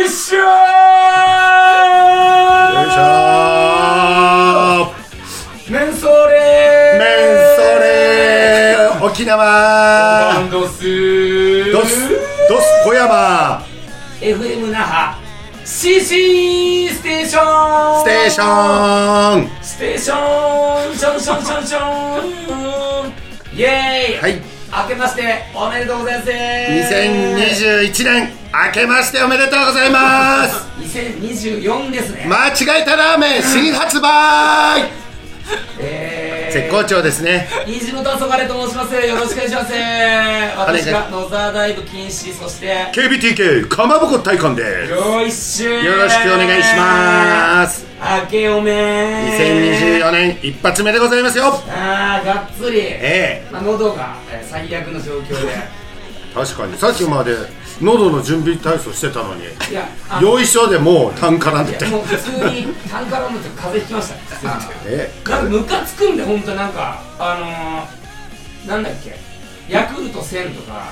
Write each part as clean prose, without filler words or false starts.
いしょー。 よいしょー。 メンソーレー沖縄ドスドス小山 FM 那覇 CC ステーションステーションステーションションションションションイエーイ。 はい、 明けましておめでとうございます。 2021年明けましておめでとうございます 2024ですね。 間違えたラーメン新発売絶好調ですね。 虹の黄昏と申します。よろしくお願いします。私が野沢ダイブ禁止、そして KBTK かまぼこ体感ですよいしょー。 よろしくお願いします。 明けおめ 2024年一発目でございますよ。 がっつり、喉が最悪の状況で確かにさっきまで喉の準備体操してたのに、 いやよいしょでもうタンカランってもう普通にタンカランって風邪ひきましたね。なんかムカつくんで、ほんとなんかなんだっけ、ヤクルト1000とか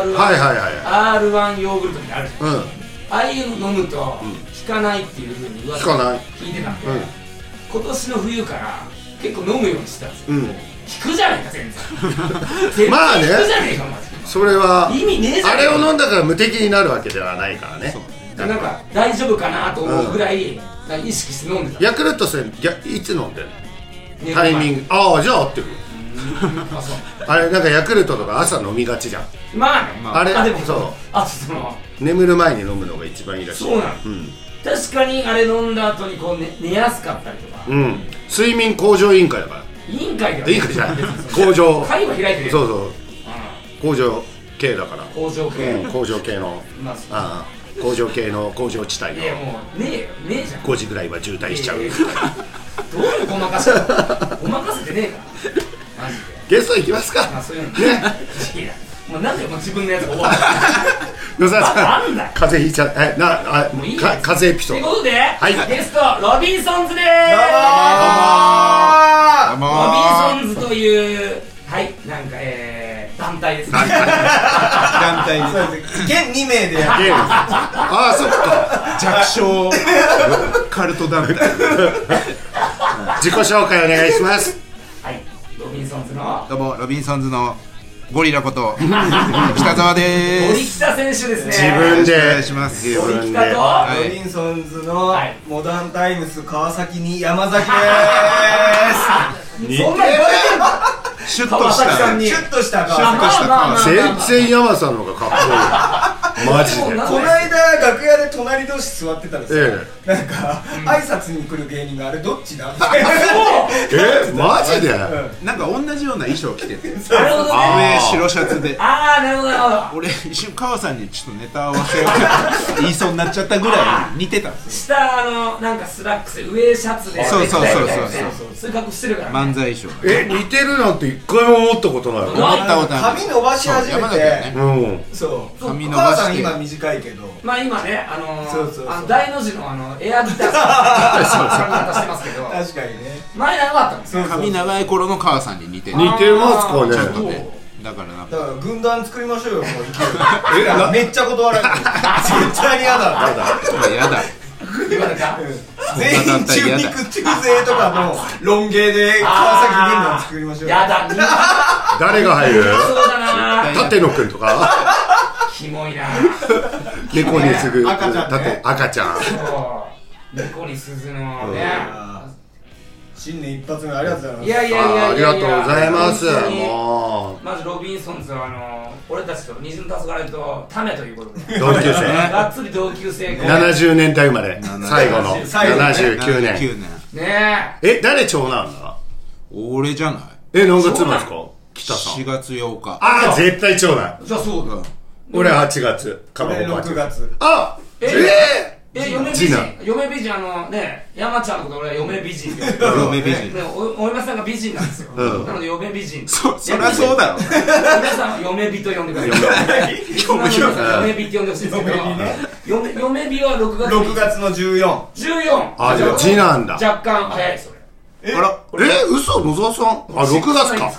R1 ヨーグルトみたいなのあるじゃん、ああいうの飲むと効かないっていう風に聞いてたんで、今年の冬から結構飲むようにしてたんですよ。効くじゃねえか全然まあね、 効くじゃねえかマジで。 それは意味ねえじゃねえか。 あれを飲んだから無敵になるわけではないからね。 なんか大丈夫かなと思うぐらい、なんか意識して飲んでた。 ヤクルト1000いつ飲んでるの？タイミング。ああ、じゃあ合ってる。あれなんかヤクルトとか朝飲みがちじゃん。 まあね、 あれでもそう、 あとその眠る前に飲むのが一番いいらしい。 そうなの、確かにあれ飲んだ後にこう、寝やすかったりとか。 睡眠向上委員会だから。 委員会では委員会じゃない、工場会は開いてるよ。 そうそう、工場系だから。 工場系、 工場系の工場系の工場地帯の。 いやもうねえじゃん。 5時ぐらいは渋滞しちゃう。 どういうごまかしごまかせてねえからマジで。 ゲスト行きますか。 そういうのね。もうなんでもう自分のやつが終わる野沢さなんだん風邪ひいちゃう。もういい風邪エピソード。 ということで、ゲストロビンソンズでーす。ロビンソンズというなんか団体ですね。 団体です。現2名でやってる。 ああ、そっか。 弱小カルト団体。 自己紹介お願いします。 ロビンソンズのどうもロビンソンズのゴリラこと北沢でーす。 森北選手ですね。 自分でお願いします。 森北とロビンソンズのモダンタイムス川崎に山崎でーす。そんな言われてんの？ シュッとしたシュッとした川崎。 全然山さんの方がかっこいい。マジで。 この間楽屋で隣同士座ってたらさ、なんか挨拶に来る芸人があれどっちだ？ マジで？ なんか同じような衣装着てて、 なるほどね。 上白シャツで。 なるほどなるほど。 俺一瞬川さんにちょっとネタ合わせを言いそうになっちゃったぐらい似てたんですよ。 下なんかスラックス上シャツで、 そうそういう格好してるからね。 漫才衣装。 似てるなんて一回も思ったことない。 思ったことない。 髪伸ばし始めて、そう髪伸ば川さんして。 今短いけど、 まあ今ねそう大の字のエアギター髪型してますけど、 確かにね前長かったんですよ。 髪長い頃の川さんに似てる。 似てますかちょっとね。 ね。だから軍団作りましょうよ、もう勢い。めっちゃ断られる。絶対に嫌だ。 やだ。 言われた。 全員中肉中背とかのロン毛で川崎軍団作りましょう。 やだ。 誰が入る？ そうだな。 舘野くんとか。 キモいな。 猫にすぐ赤ちゃんね。 赤ちゃん。 猫に鈴のね。 新年一発目ありがとうございます。 いやありがとうございます。 まずロビンソンズは俺たちと虹の黄昏とタメということで同級生。 がっつり同級生。 70年代生まれ。最後の79年。 ねえ、誰長男だ？ 俺じゃない。 何月なんですか？北さん。 4月8日。 ああ、絶対長男。 じゃあそうだ。 俺8月。 俺6月。 あ、 嫁美人。嫁美人ね、山ちゃんのこと俺は嫁美人。 嫁美人。 お嫁さんが美人なんですよ。なので嫁美人。 そりゃそうだろ。 皆さん嫁美と呼んでください。嫁美って呼んでほしいですけど、嫁美は 6月の14。 あ、じゃあ次男だ。 若干早いですそれ。 あら、嘘、野沢さん。あ、6月か。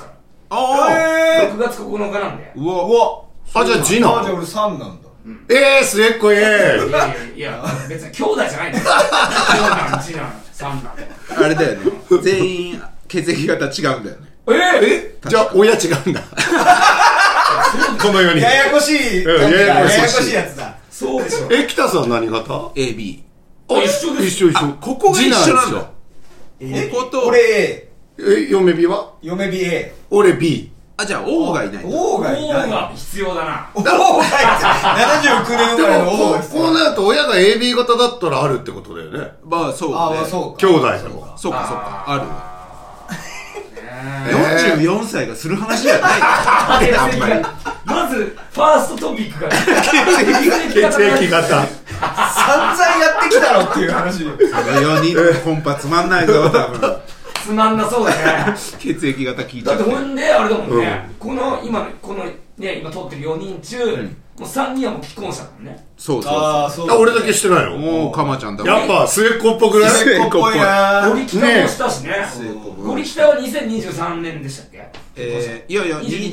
6月9日なんで。 うわ。 あ、じゃあ次男。 じゃあ俺3なんだ。 末っ子いや別に兄弟じゃないんだよ。長男次男三男あれだよね、全員血液型違うんだよね。 じゃあ親違うんだ。この4人ややこしいややこしいやつだ。 そうでしょ。 北さん何型？ AB。 一緒です。一緒。 ここが一緒なんだ。ここと俺 A。嫁 B は？ 嫁 B A。 俺 B。 じゃあ O がいない。 O がいない。 O が必要だな。 O がいない。79年生まれの O が必要。 こうなると親が AB 型だったらあるってことだよね。 まあそうね。 そう兄弟でも。 そうかある。44歳がする話じゃないあんまり。 まずファーストトピックが血液型。 散々やってきたろっていう話。 4人のコンパつまんないぞ多分。 つまんなそうだね。 血液型聞いちゃだってほんであれだもんね、この今撮ってる4人中、もう3人はもう既婚者だもんね。 そう俺だけしてないの？ もうかまちゃんだ。 やっぱ末っ子っぽくない？ 末っ子っぽいな。 ゴリキタもしたしね。ゴリキタは2023年でしたっけ？ いや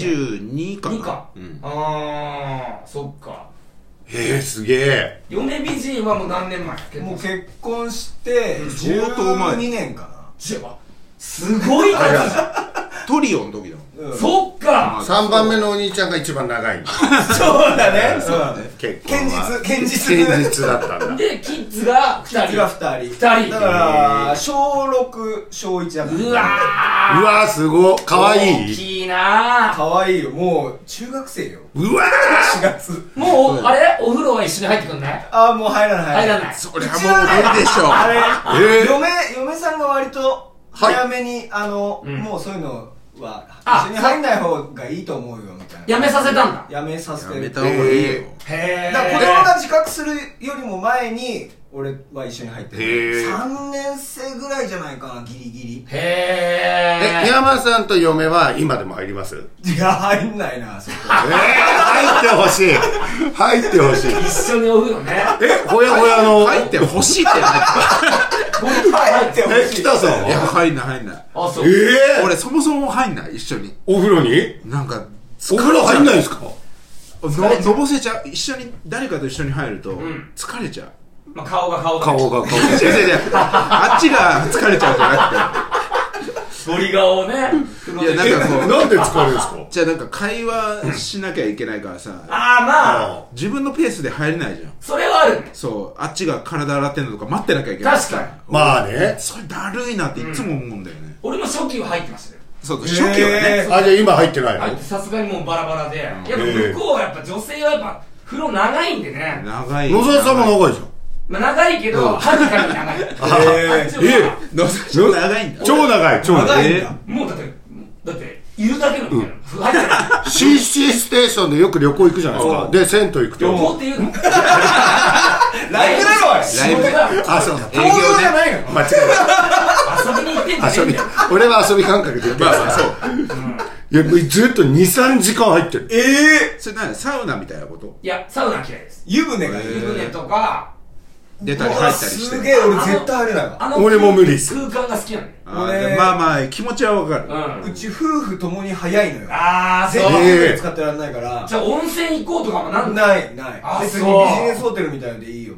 22かな。 2か。ああ、そっか。 すげえ。 嫁美人はもう何年前？ もう結婚して12年かな。 すごい数。 トリオの時だもん。 そっか。 3番目のお兄ちゃんが一番長い。 そうだね。 結婚は堅実だったんだ。 でキッズが2人だから小6小1だから。 うわーすごい。かわいい。 大きいな。 かわいいよ。もう中学生よ。 うわー4月。 もうあれお風呂は一緒に入ってくんない？ もう入らない。 そりゃもう無理でしょ。 あれ嫁さんが割と早めにもうそういうのは一緒に入んない方がいいと思うよみたいな。 やめさせたんだ。 やめさせてる。 やめた方がいいよ。 だから子供が自覚するよりも前に俺は一緒に入ってる。3年生ぐらいじゃないかな、ギリギリ。 山さんと嫁は今でも入ります？ いや入んないなそこ。 入ってほしい。入ってほしい。 一緒にお風呂ね。 ほやほやの入ってほしいって入ってほしい。 北さんは？ いや入んない。 あ、そう。 俺そもそも入んない。一緒にお風呂に？ なんかお風呂入んないんですか？ のぼせちゃう。一緒に誰かと一緒に入ると疲れちゃう。 まあ顔が違うあっちが疲れちゃうじゃなくてゴリ顔をね。 いやなんかこうなんで疲れるんですか？ じゃあなんか会話しなきゃいけないからさ。 まあ自分のペースで入れないじゃん。 それはあるね。 そうあっちが体洗ってんのとか待ってなきゃいけない。 確かに。 まあね。 それだるいなっていつも思うんだよね。 俺も初期は入ってましたよ。 そう初期はね。 じゃあ今入ってないの？ 入ってさすがにもうバラバラで。やっぱ向こうはやっぱ女性はやっぱ風呂長いんでね。 長い。 野沢さんも長いじゃん。 まあ長いけど、はるかに長い。 野沢超長いんだ。 超長い。 もうだって、いるだけのみたいな。 CC ステーションでよく旅行行くじゃないですか。で、銭湯行くと。 旅行って言うの？ ライブだろあれ。 ライブだ。 そうだ。 営業じゃないの？ 間違遊びに行ってんじゃねえんだよ。 俺は遊び感覚で言ってる。そう。いや、ずっと2、3時間入ってる。 それ何？サウナみたいなこと？ いや、サウナ嫌いです。 湯船がいい。 湯船とか、 出たり入ったりして。 すげえ俺絶対入れないわ。 俺も無理です。 空間が好きなのよ。 まあ気持ちはわかる。 うち夫婦ともに早いのよ。 そう。 全然使ってらんないから。 じゃあ温泉行こうとかもない。別にビジネスホテルみたいのでいいよ。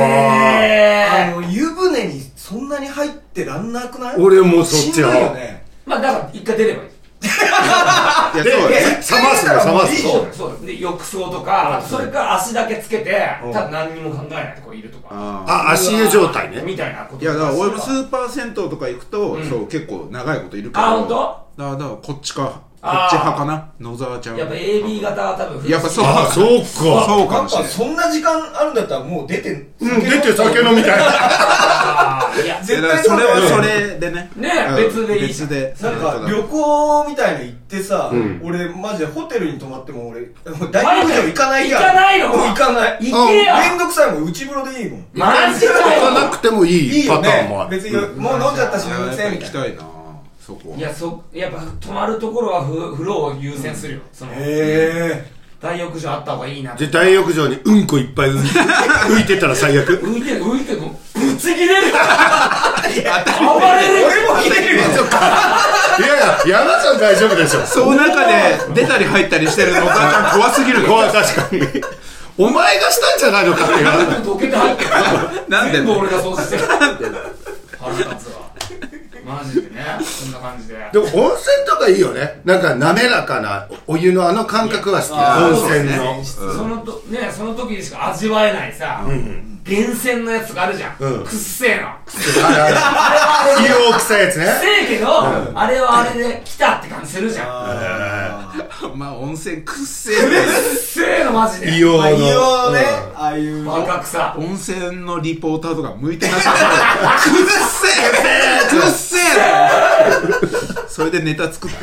湯船にそんなに入ってらんなくない？ 俺もそっちは。 まあだから一回出ればいい。 で、冷ますの。 そうで浴槽とか、それから足だけつけて、ただ何にも考えないでこういるとか。 足湯状態ね。 みたいなこと。 いやだから俺もスーパー銭湯とか行くと、そう結構長いこといるけど。 本当？ だからこっち派かな。野沢ちゃん。 やっぱ AB 型は多分。 やっぱそうか。 そうかもしれない。 そんな時間あるんだったらもう出て酒飲みたいな。 いや絶対それはそれでね。 ね別でいい。 別で。 なんか旅行みたいの行ってさ、俺マジでホテルに泊まっても俺大浴場行かないやん。 行かないの？ もう行かない。 行けや。 めんどくさいもん内風呂でいいもん。 マジかよ。 行かなくてもいいパターンもある。 別にもう飲んじゃったしめんどくせえみたいな。 いややっぱ泊まるところは風呂を優先するよ。大浴場あった方がいいな。 で大浴場にうんこいっぱい浮いてたら最悪。 浮いてもぶち切れる。 暴れる。俺も切れるよ。 いや山さん大丈夫でしょ。 その中で出たり入ったりしてるのが怖すぎる。 確かに。 お前がしたんじゃないのかって言われる。 どけて入ってるなんで全部俺が掃除してる。腹立つわマジでね。そんな感じで。 でも温泉とかいいよね。なんか滑らかなお湯のあの感覚は好き。温泉のその時にしか味わえないさ、源泉のやつがあるじゃん、くっせえの。 硫黄臭いやつね。 くせえけど、あれはあれで来たって感じするじゃん。 まあ温泉くっせえくっせえのマジで。 硫黄のね、ああいう若草温泉のリポーターとか向いてなさそう。くっせえくっせえそれでネタ作って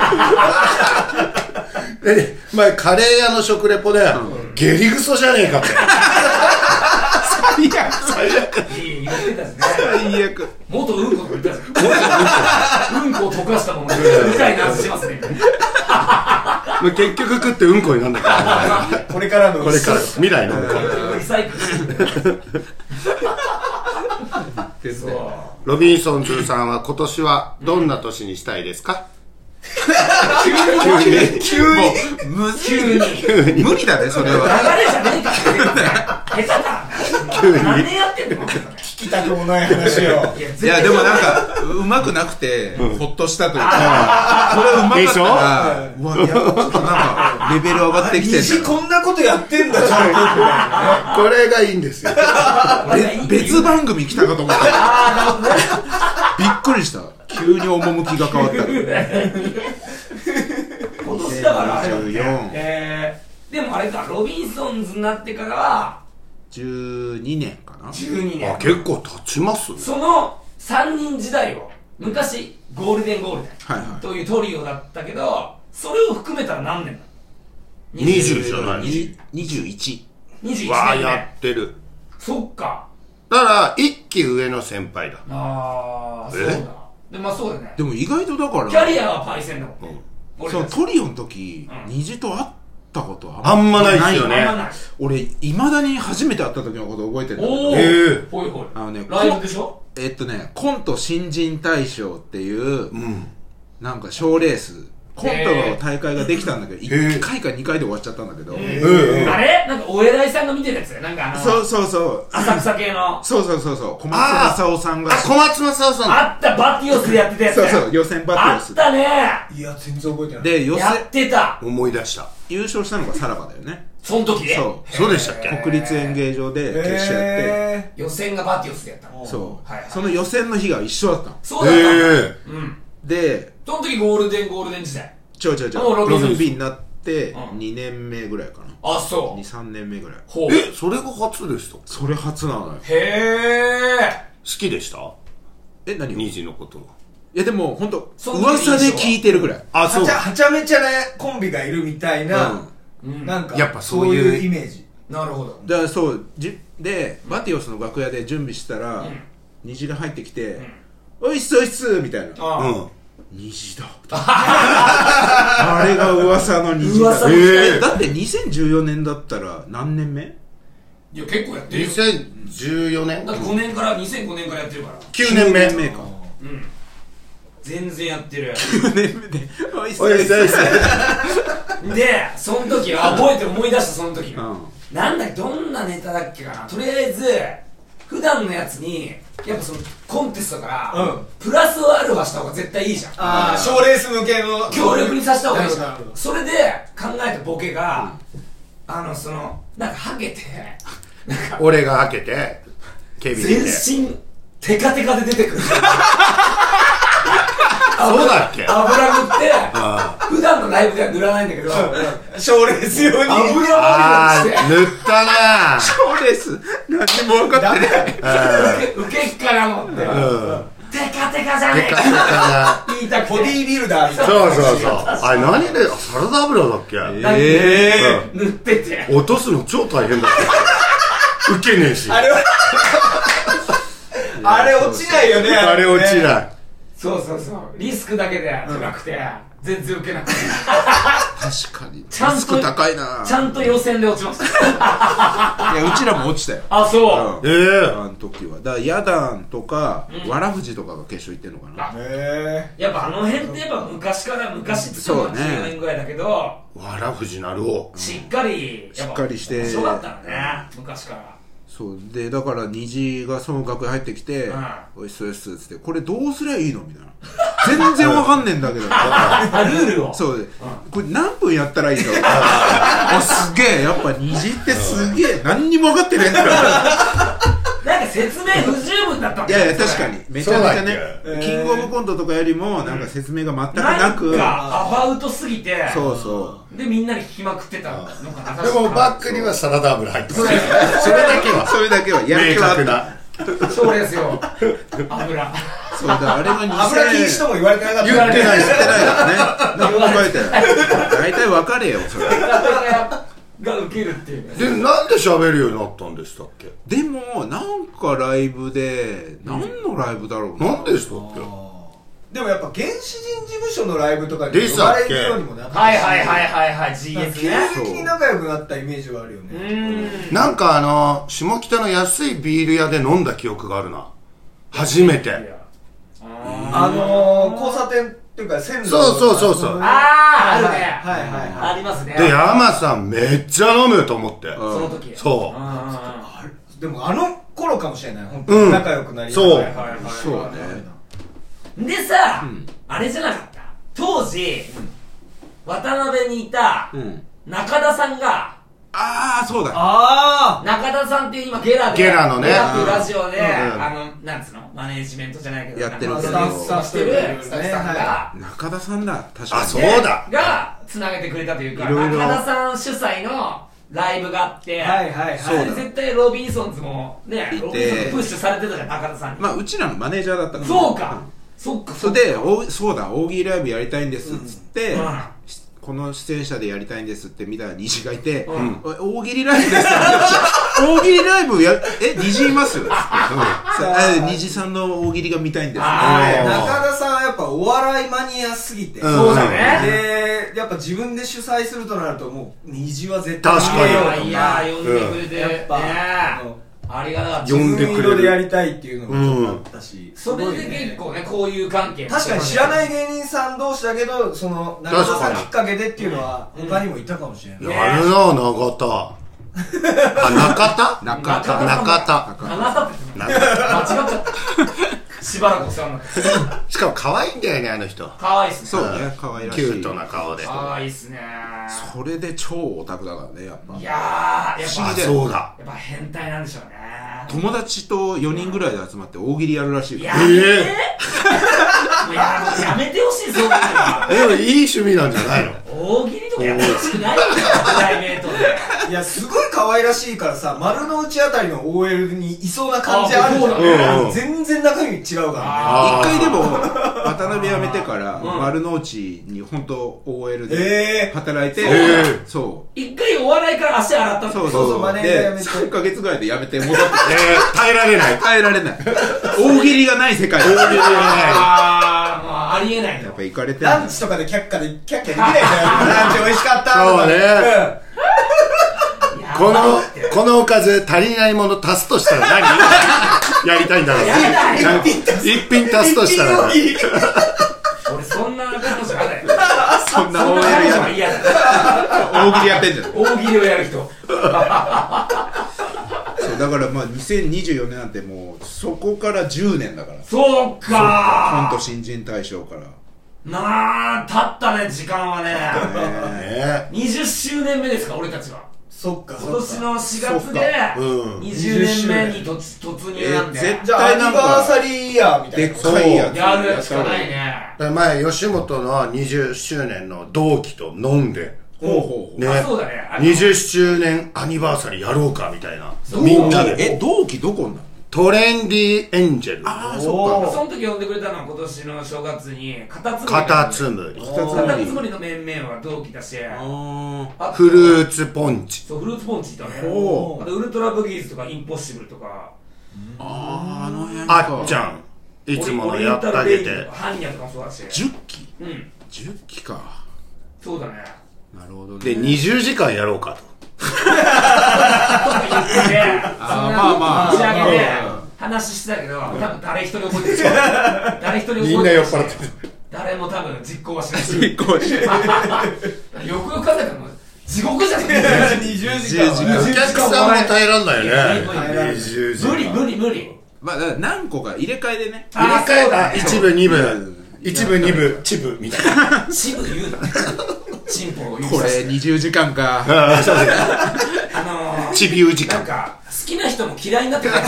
る。 前カレー屋の食レポで下痢クソじゃねえかって。 最悪言ってたしね。 最悪。 元うんことか言ったじゃん。うんこを溶かしたものみたいな味しますね。 結局食ってうんこになんだから。 これからの未来のうんこ。 リサイクルしてる。 ロビンソンズさんは今年はどんな年にしたいですか？ 急に無理だねそれは。 流れじゃねえか下手だ。何年やってんの？ 聞きたくもない話を。 いやでもなんかうまくなくてほっとしたというか、これうまかったらうわ、いやちょっとなんかレベル上がってきてる。 こんなことやってんだちゃんと。これがいいんですよ。 別番組来たかと思った。びっくりした。急に趣が変わった。 今年だからあれでもあれか、ロビンソンズになってからは 12年かな。 12年。 結構経ちますね。 その3人時代を昔ゴールデンというトリオだったけど、それを含めたら何年なの ？20じゃない？ 21 年わあやってる。 そっか。 だから一期上の先輩だ。 ああそうだ。でまあそうだね。 でも意外とだからキャリアはパイセンだもんね。 そのトリオの時虹と会ったことあんまないですよね。 俺いまだに初めて会った時のこと覚えてるんだけど、 ほいほい。 ね、 ライブでしょ？ コント新人大賞っていうなんか賞レース、コントの大会ができたんだけど、1回か2回で終わっちゃったんだけど、あれなんかお偉いさんが見てるやつなんかそう浅草系のそう小松政夫さんが、 小松政夫さんあった、バティオスでやってたやつ。 そう予選バティオスあったね。 いや全然覚えてない。 でやってた。 思い出した。 優勝したのがさらばだよね。 その時ね。 そうでしたっけ？ 国立演芸場で決勝やって予選がバティオスでやったの。 そうその予選の日が一緒だったの。 そうだったでその時ゴールデン時代。 ロビンになって2年目ぐらいかな。 あ、そう。 2、3年目ぐらい。 それが初でした？ それ初なのよ。 へえ。 好きでした？ 何を？ 虹のことは。 いやでも本当噂で聞いてるぐらい。 あ、そう。はちゃめちゃなコンビがいるみたいな、なんかやっぱそういうイメージ。 なるほど。 だからそうでバティオスの楽屋で準備してたら虹が入ってきて、おいっすおいっすみたいな。虹だ。あれが噂の虹だ。だって2014年だったら何年目？ いや結構やってるよ。 2014年？ だって2005年からやってるから 9年目か。 全然やってる。 9年目でおいっすおいっすおいっすで、その時覚えて思い出した。その時なんだっけ、どんなネタだっけかな。とりあえず普段のやつにやっぱそのコンテストからプラスアルファした方が絶対いいじゃん。 賞レース向けの強力にさせた方がいいじゃん。それで考えたボケがなんかハゲて俺がハゲて警備員で全身テカテカで出てくる。 そうだっけ？ 油塗って普段のライブでは塗らないんだけど賞レース用に塗油をったな。 賞レース何も分かってない。 受けっからもってテカテカじゃねえか言いたくて、 ボディービルダーみたいな。 そうあれ何でサラダ油だっけ？ 塗ってて落とすの超大変だった。受けねえし。 あれ落ちないよね。 あれ落ちない。 そうリスクだけで高くて全然受けなくて確かにリスク高いな。 ちゃんと予選で落ちましたいやうちらも落ちたよ。 あ、そう、 あの時はだからヤダンとか、わらふじとかが決勝行ってんのかな。 やっぱあの辺ってやっぱ昔って言っても10年ぐらいだけど、わらふじなるおしっかりして面白かったのね、昔から。 そうでだから虹がその楽屋入ってきて「おいしそうです」っつって「これどうすりゃいいの?」みたいな全然わかんねえんだけどルールをそうでこれ何分やったらいいのあすげえやっぱ虹ってすげえ何にも分かってねえんだからなんか説明不十分だったんだよ。いやいや確かにめちゃめちゃねキングオブコントとかよりもなんか説明が全くなくなんかアバウトすぎてそうそうでみんなに聞きまくってたのかな。 でもバックにはサラダ油入ってますそれだけはやる気はあったそうですよ油そうだあれが油禁止とも言われてなかった。 言ってないからね何も書いてない大体分かれよそれが受けるっていうね。 でなんで喋るようになったんでしたっけ。 でもなんかライブで何のライブだろうな。 なんでしたっけ。 でもやっぱ原始人事務所のライブとかに呼ばれるようにもなったし、 はいはいはいはいはい GS ね急激に仲良くなったイメージはあるよね。 なんか下北の安いビール屋で飲んだ記憶があるな初めて。 交差点っていうか線路。 そうあるね。 はいはいありますね。 で山さんめっちゃ飲むと思ってその時そうでもあの頃かもしれない本当に仲良くなりそうねでさあれじゃなかった当時渡辺にいた中田さんがああそうだ中田さんっていう今ゲラのねゲラっていうラジオでなんつうのマネージメントじゃないけどやってるけどスタッフしてるスタッフさんが中田さんだ確かにそうだがつなげてくれたというか中田さん主催のライブがあって絶対ロビンソンズもねロビンソンズプッシュされてたじゃん中田さんに。 まあうちらのマネージャーだったからそうかそっかそれでそうだ大喜利ライブやりたいんですっつってこの出演者でやりたいんですって見たら虹がいて大喜利ライブです大喜利ライブ虹います虹さんの大喜利が見たいんです中田さんはやっぱお笑いマニアすぎてそうだねでやっぱ自分で主催するとなるともう虹は絶対確かにいや呼んでくれてやっぱありがたかった。 自分色でやりたいっていうのもちょっとあったし、 それで結構ねこういう関係確かに知らない芸人さん同士だけどその中田さんきっかけでっていうのは他にもいたかもしれない。 やるな中田中田中田って間違っちゃったしばらくお世話になってしかも可愛いんだよねあの人。 可愛いっすね。 そうね可愛らしいキュートな顔で可愛いっすね。 それで超オタクだからねやっぱ。 いや不思議だよ。 そうだやっぱ変態なんでしょうね。 友達と4人ぐらいで集まって大喜利やるらしいよ。 やめてほしいそういうのは。 でもいい趣味なんじゃないの。 大喜利とかやってほしくないよプライベートで。 いやすごい可愛らしいからさ丸の内あたりの OL にいそうな感じあるじゃん。全然中身違うからね。一回でも渡辺辞めてから丸の内に本当 OL で働いて、そう一回お笑いから足洗ったんですそうマネージャー辞めて3ヶ月ぐらいで辞めて戻って耐えられない大喜利がない世界。大喜利がないありえない。 やっぱ行かれてランチとかでキャッキャできないじゃん。ランチ美味しかったそうね。このおかず足りないもの足すとしたら何やりたいんだろう。一品足すとしたら俺そんなことじゃない。 そんな OL やだ。大喜利やってんじゃん。 大喜利をやる人。 そうだからまあ2024年なんてもうそこから10年だから。 そうかコント新人大賞からなあ経ったね時間はね。20周年目ですか俺たちは。 そっか今年の4月で20年目に突入なんで、 じゃあアニバーサリーイヤーみたいなでっかいやつやるしかないね。 前吉本の20周年の同期と飲んでね、そうだね。 20周年アニバーサリーやろうかみたいな。みんなで同期どこになるの？ トレンディエンジェル。 ああそっか。 その時呼んでくれたのは今年の正月にカタツムリの面々は同期だし、 フルーツポンチ。 そうフルーツポンチいたね。あとウルトラブギーズとかインポッシブルとか、 あの辺あっちゃんいつものやってあげてハンニャとかもそうだし。 10期 10期か。 そうだね。 なるほどね。 で20時間やろうかと言ってね、まあ打ち上げで話してたけど、多分誰一人覚えてない。誰一人覚えてない。 みんな酔っ払ってる。 誰も多分実行はしないし。 実行しない。 よくよく考えたらもう地獄じゃん。 20時間お客さんも耐えらんないよね。 20時間無理。 まあ何個か入れ替えでね。 入れ替えた1部2部1部2部チブみたいな。 チブ言うな。チンポを言う。 これ20時間か。 そうですね。チビュー時間。 なんか好きな人も嫌いになってない。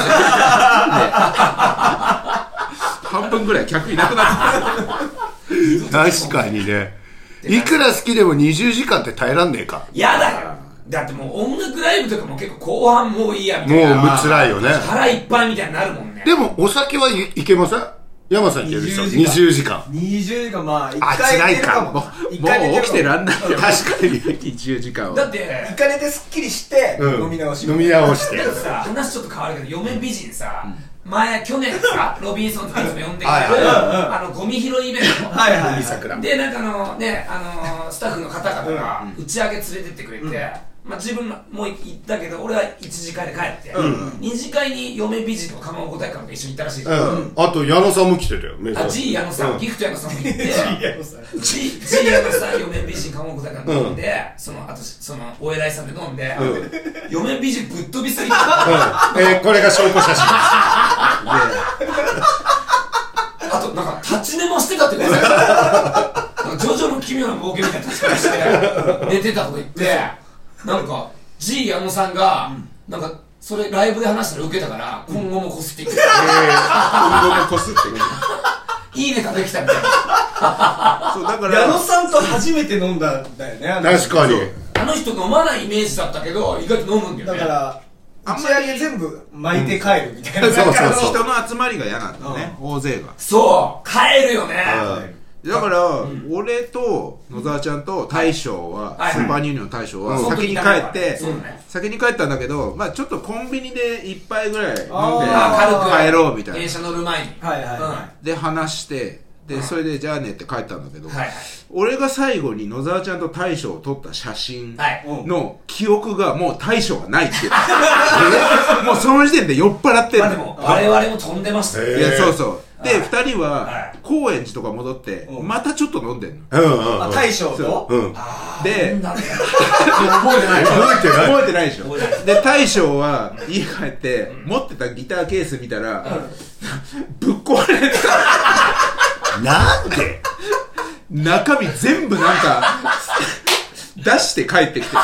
半分ぐらい客いなくなって確かにね。いくら好きでも20時間って耐えらんねえか。 やだよ。だってもう音楽ライブとかも結構後半もういいやみたいな。 もう辛いよね。 腹いっぱいみたいになるもんね。 でもお酒はいけません？山さんいけるでしょ。20時間。 20時間、まあ1 回寝てるかも。 もう起きてらんないよ。 確かに 20時間は。 だって 1回寝てすっきりして飲み直し。 飲み直して。 でもさ、話ちょっと変わるけど、嫁美人さ、去年さ、ロビンソンズいつも呼んでくれるゴミ拾いイベントで、なんかスタッフの方々が打ち上げ連れてってくれて、まあ自分も行ったけど、俺は1次会で帰って、2次会に嫁美人とかまぼこ大会が一緒に行ったらしいじゃん。 あと矢野さんも来てたよ。 G 矢野さん、ギフト矢野さんも行って、G 矢野さん、嫁美人かまぼこ大会飲んで、あとお偉いさんで飲んで、嫁美人ぶっ飛びすぎて、 これが証拠写真。 あとなんか立ち寝もしてたって言ってた。ジョジョの奇妙な冒険みたいな立ち方して寝てたとか言って、なんか G 矢野さんがなんかそれライブで話したらウケたから今後もこすっていく。 今後もこすっていく。 いいネタできたみたいな。 そうだから矢野さんと初めて飲んだんだよね。 確かに。 あの人飲まないイメージだったけど意外と飲むんだよね。 だから打ち上げ全部巻いて帰るみたいな。 そう人の集まりが嫌なんだね、大勢が。 そう帰るよね。 だから俺と野沢ちゃんと大将はスーパーニューニョンの大将は先に帰ったんだけど、まあちょっとコンビニで一杯ぐらい飲んで帰ろうみたいな。 電車乗る前にで話してでそれでじゃあねって帰ったんだけど、俺が最後に野沢ちゃんと大将を撮った写真の記憶がもう大将がないって言ってもうその時点で酔っ払ってる。 まあでも我々も飛んでましたよ。 いやそうそうで2人は高円寺とか戻ってまたちょっと飲んでんの。 大将とで覚えてないでしょ。で大将は家帰って持ってたギターケース見たらぶっ壊れてた。 なんで中身全部なんか出して帰ってきて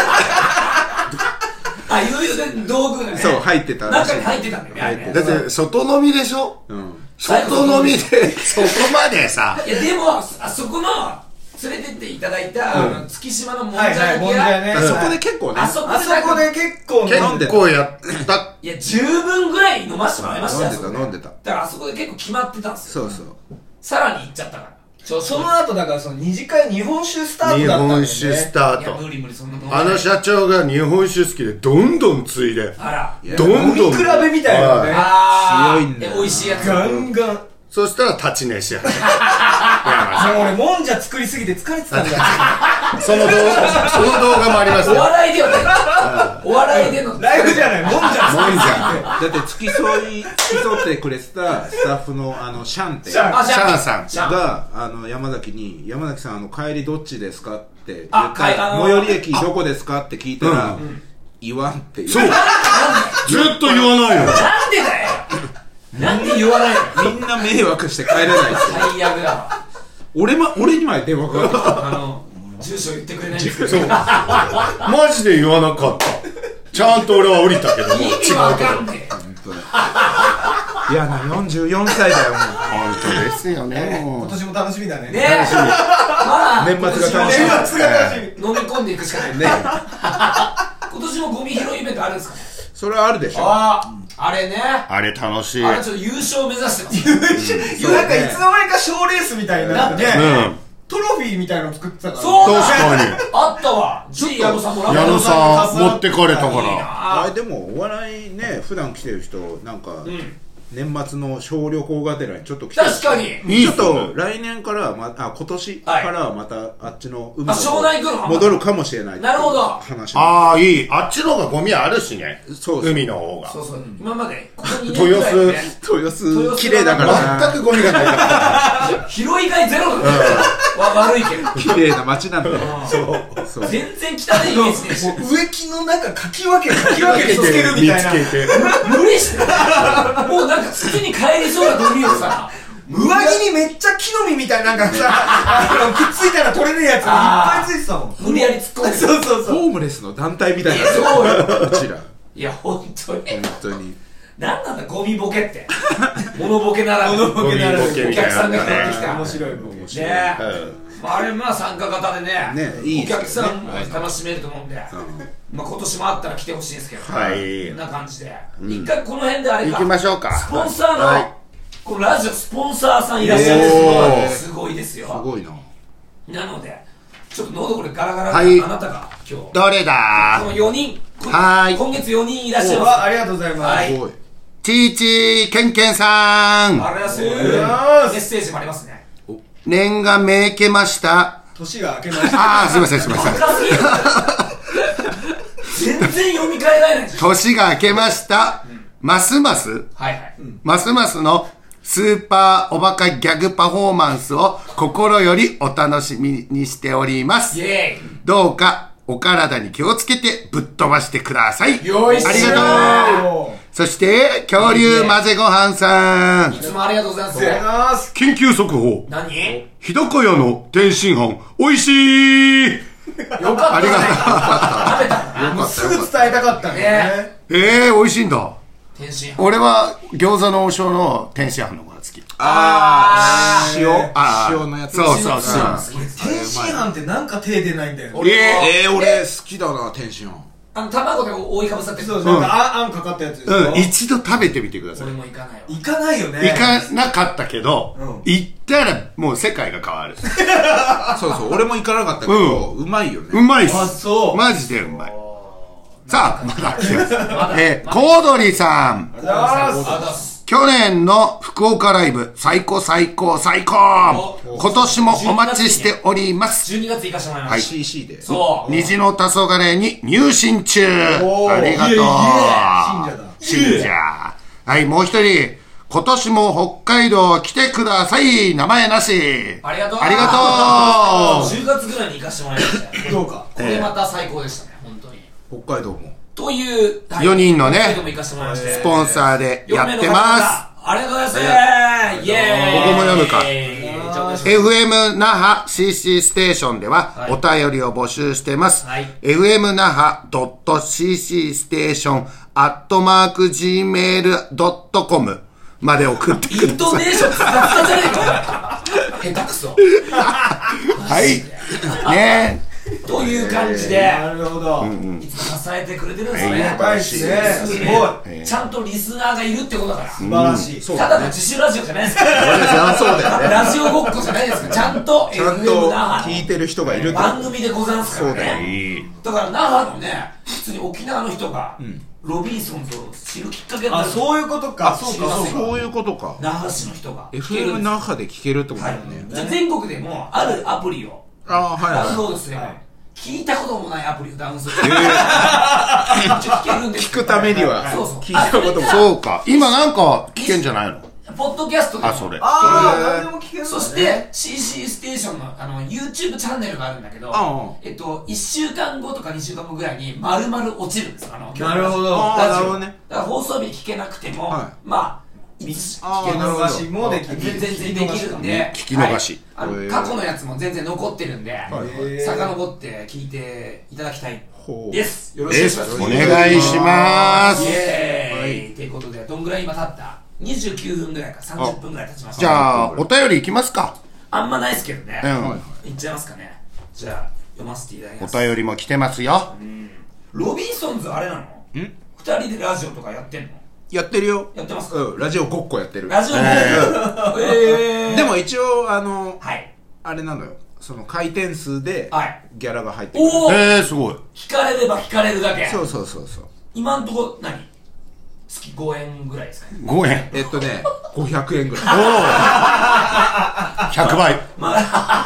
いろいろね道具がねそう入ってた中に入ってたんだよね。 だって外飲みでしょ。外飲みでそこまでさ。 いやでもあそこの連れてっていただいた月島のもんじゃ焼き屋、 そこで結構ねあそこで結構やったいや十分ぐらい飲ませてもらいましたよ。 飲んでただからあそこで結構決まってたんですよ。 そうさらに行っちゃったからその後だから二次会日本酒スタートだったんだよね。 日本酒スタート。 いや無理そんなことない。 あの社長が日本酒好きでどんどんついであらどんどん飲み比べみたいなね。 強いんだよ。 美味しいやつガンガン。 そしたら立ち寝しやる。 もう俺もんじゃ作りすぎて疲れてたんだよ。 その動画もありますよ。 お笑いではない。お笑いでのライブじゃない、もんじゃ作りすぎて。 だって付き添ってくれてたスタッフのシャンってシャンさんが山崎さん帰りどっちですかって言ったら最寄り駅どこですかって聞いたら言わんって言う。 そうずっと言わないの。 なんでだよ。なんで言わないの。 みんな迷惑して帰れない。 最悪だわ。 俺にまで電話かかってきた。住所言ってくれないんですけど。 そうマジで言わなかった。ちゃんと俺は降りたけども意味わかんねえ。いやな44歳だよもう。 本当ですよね。 今年も楽しみだね。 楽しみ。 まあ年末が楽しみ。 飲み込んでいくしかないね。今年もゴミ拾いイベントあるんですかね。 それはあるでしょ。 あれね。 あれ楽しい。 あれちょっと優勝目指してます。 なんかいつの間にか賞レースみたいになってね。トロフィーみたいなの作ってたから。 そう確かに。 あったわ。矢野さんも矢野さん持ってかれたから。 でもお笑いね普段来てる人なんか年末の小旅行がてらにちょっと来て、 確かにちょっと来年から今年からはまたあっちの海の方戻るかもしれない。 なるほど。 話。 ああ、いい。あっちの方がゴミあるしね。そう海の方が。 そうそう。今までここ2 年ぐらいね。 豊洲綺麗だから全くゴミがないから。 拾いがいゼロだね。悪いけど。 綺麗な街なんだよ。 そう。全然汚いイメージでしょ。 植木の中かき分けて捨てるみたいな。 無理して。もうなんか土に帰りそうなゴミをさ。 上着にめっちゃ木の実みたいななんかさくっついたら取れねえやつがいっぱいついてたもん。 無理やり突っ込んで。 そうホームレスの団体みたいな。 そうよ。 うちら。 いや本当に。 なんなんだゴミボケって。物ボケならぬ。 ゴミボケお客さんが帰ってきた。 面白い。 ね。あれ参加型でね、お客さんも楽しめると思うんで、今年もあったら来てほしいんですけど、こんな感じで一回この辺であれか行きましょうか。 スポンサーのこのラジオスポンサーさんいらっしゃる。すごいですよ。 すごいなのでちょっと喉これガラガラであなたが今日どれだこの4人今月4人いらっしゃいます。 ありがとうございます。 ちーちーけんけんさん、 ありがとうございます。メッセージもありますね。 年がめいけました。 年が明けました。 すいません全然読み替えられない。 年が明けました。ますますますますのスーパーおバカギャグパフォーマンスを心よりお楽しみにしております。どうかお体に気をつけてぶっ飛ばしてください。ありがとう。そして恐竜混ぜごはんさん、 いつもありがとうございます。 緊急速報。 何？ 日高屋の天津飯おいしい。 よかったね。ありがとう。食べた。 もうすぐ伝えたかったね。 美味しいんだ。 天津飯。 俺は餃子の王将の天津飯の方が好き。 塩のやつ。 そう。 天津飯ってなんか手出ないんだよ。 俺好きだな天津飯。 卵で覆いかぶさってる。 そう、なんかあんかかったやつですよ。 一度食べてみてください。 俺も行かないわ。 行かないよね。 行かなかったけど、行ったらもう世界が変わる。 そう俺も行かなかったけど、うまいよね。 うまいっす。 あ、そう。 マジでうまい。さあ、まだ来ます。コードリーさん。去年の福岡ライブ、最高。今年もお待ちしております。 12月行かしてもらいました。 CC で。 そう。 虹の黄昏に入信中。ありがとう。信者。はい、もう一人。今年も北海道来てください。名前なし。 ありがとう。10月ぐらいに行かしてもらいました。 どうか。 これまた最高でしたね、本当に。 北海道も。 という 4人のね、 スポンサーでやってます。 ありがとうございます。イエーイ。 ここも読むか。FM 那覇 CC ステーションではお便りを募集してます。FM 那覇 .cc ステーション@gmail.com まで送ってください。 イントネーション使ったじゃねえか。下手くそ。 はい。ねという感じで、 なるほど。 いつも支えてくれてるんですね。 すごい。 ちゃんとリスナーがいるってことだから。 素晴らしい。 ただの自主ラジオじゃないですか。ラジオごっこじゃないですか。ちゃんと FM 那覇聞いてる人がいる番組でございますからね。だから那覇のね、普通に沖縄の人がロビンソンズを知るきっかけになる。 そういうことか。 そういうことか。 那覇市の人が FM 那覇で聞けるってことだよね。 全国でもあるアプリをダウンロードすれば聞いたこともないアプリをダウンする。聞けるんです。 聞くためには聞いたことも。 そうか。今なんか聞けんじゃないの？ ポッドキャストでも。 それ。 何でも聞ける。 そして CC ステーションのYouTube チャンネルがあるんだけど、1週間後とか2週間後ぐらいに丸々落ちるんです。 なるほど。 ラジオね。だから放送日聞けなくても、まあ聞き逃しもできる。 全然できるんで、 聞き逃し。 過去のやつも全然残ってるんで、遡って聞いていただきたいです。よろしくお願いします。 お願いします。 イエーイということで、どんぐらい今経った？ 29分ぐらいか30分ぐらい経ちました。 じゃあお便りいきますか。 あんまないですけどね。いっちゃいますかね。じゃあ読ませていただきます。 お便りも来てますよ。 ロビンソンズあれなの？2人でラジオとかやってんの？ やってるよ。 やってますか？ ラジオごっこやってる。 ラジオごっこ。 でも一応あれなのよ。その回転数でギャラが入ってくる。 すごい。 聞かれれば聞かれるだけ。 そう。 今んとこ何月5円ぐらいですかね。 5円 500円ぐらい。 100倍。 だ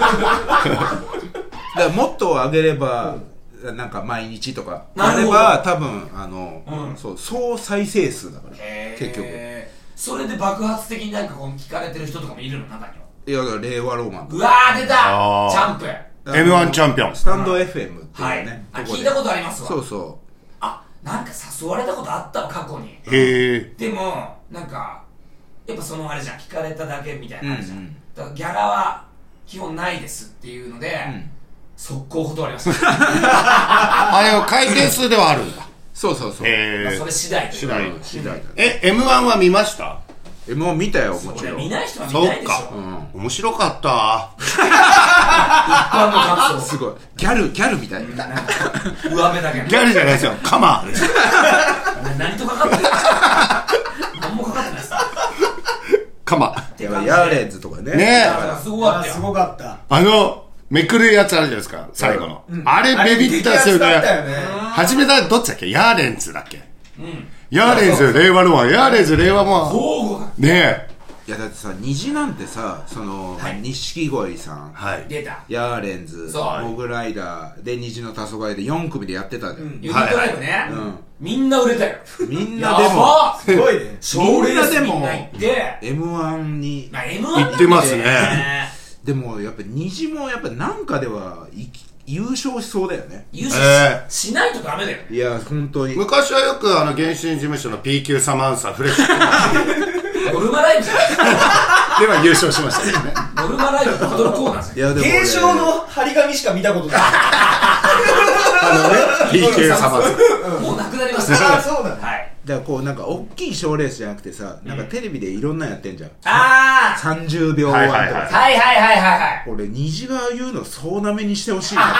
からもっと上げれば、なんか毎日とかあれば多分総再生数だから結局それで爆発的になんかこう聞かれてる人とかもいるの中には。 いやだから令和ローマン。 うわー出たチャンプ M1 チャンピオンスタンド FM っていうね、 聞いたことありますわ。 そうそう、 なんか誘われたことあったわ過去に。 へえ。 でもなんかやっぱそのあれじゃん、聞かれただけみたいな感じじゃん、だからギャラは基本ないですっていうので、速攻断りました。 あれは回転数ではあるんだ。 そうそうそう、 それ次第次第だ。 M1 は見ました？ M1 見たよ、もちろん。 見ない人は見ないでしょ。 面白かった。 一般の感想すごいギャルみたいな。 上辺だけギャルじゃないですよ、カマーです。 何とかかってる？何もかかってないです。 カマ。 ヤーレンズとかね。 ねえ。すごかったよ。 すごかった。 めくるやつあるじゃないですか、最後の。あれビビったですよね。初めだ、どっちだっけ？ヤーレンズだっけ？ヤーレンズ、令和ロマン、ヤーレンズ、令和ロマン。ねえ。いやだってさ、虹なんてさ、その、錦鯉さん、 出た。 ヤーレンズ、モグライダー、で、虹の黄昏で4組でやってたじゃん。 ユニットライブね。みんな売れたよ。 みんなでも、 すごいね。 みんなでも、M1 に行ってますね。 でもやっぱ虹もやっぱなんかでは優勝しそうだよね。 優勝しないとダメだよ。 いや本当に昔はよく原神事務所の PQ サマンサーフレッシュノルマライブでは優勝しましたね。 ノルマライブバトルコーナーですよ。 継承の張り紙しか見たことない。 PQ サマンサーもうなくなりました。 そうだ。 はい。 だからこうなんか大きい賞レースじゃなくてさ、なんかテレビでいろんなやってんじゃん。30秒ワンとか。 はい俺虹が言うの総なめにしてほしいなって。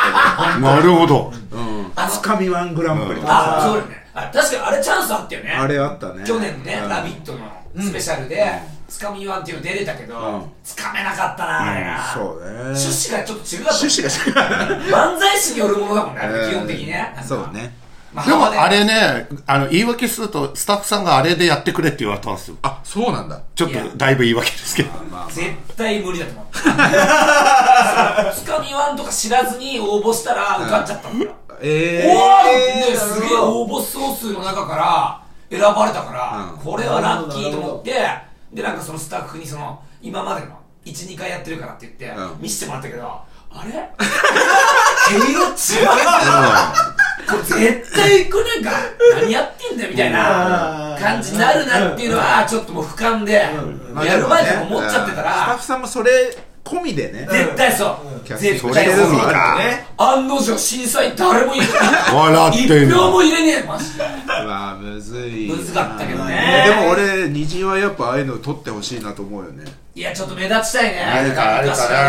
なるほど。 つかみワングランプリとかさ。そうだね。確かにあれチャンスあったよね。 あれあったね。 去年ね、ラビットのスペシャルでつかみワンっていうの出れたけど、つかめなかったなあれが。 そうね。 趣旨がちょっと違かった。 趣旨が違う。 漫才師によるものだもんね、基本的にね。 そうね。 でもあれね、言い訳するとスタッフさんがあれでやってくれって言われたんですよ。 あ、そうなんだ。 ちょっとだいぶ言い訳ですけど。 絶対無理だと思う。つかみワンとか知らずに応募したら受かっちゃったんだよ。おーすげえ応募総数の中から選ばれたから、これはラッキーと思って、でなんかそのスタッフにその今までの 1,2 回やってるからって言って見せてもらったけど、あれ毛色違うこれ絶対これなんか何やってんだよみたいな感じになるなっていうのはちょっともう俯瞰でやる前から思っちゃってたら、 スタッフさんもそれ込みでね、 絶対そう絶対そう案の定審査員誰も入れてない1票も入れねえマジで。 わあむずい、 むずかったけどね。 でも俺虹はやっぱああいうの取ってほしいなと思うよね。 いやちょっと目立ちたいね。 あれか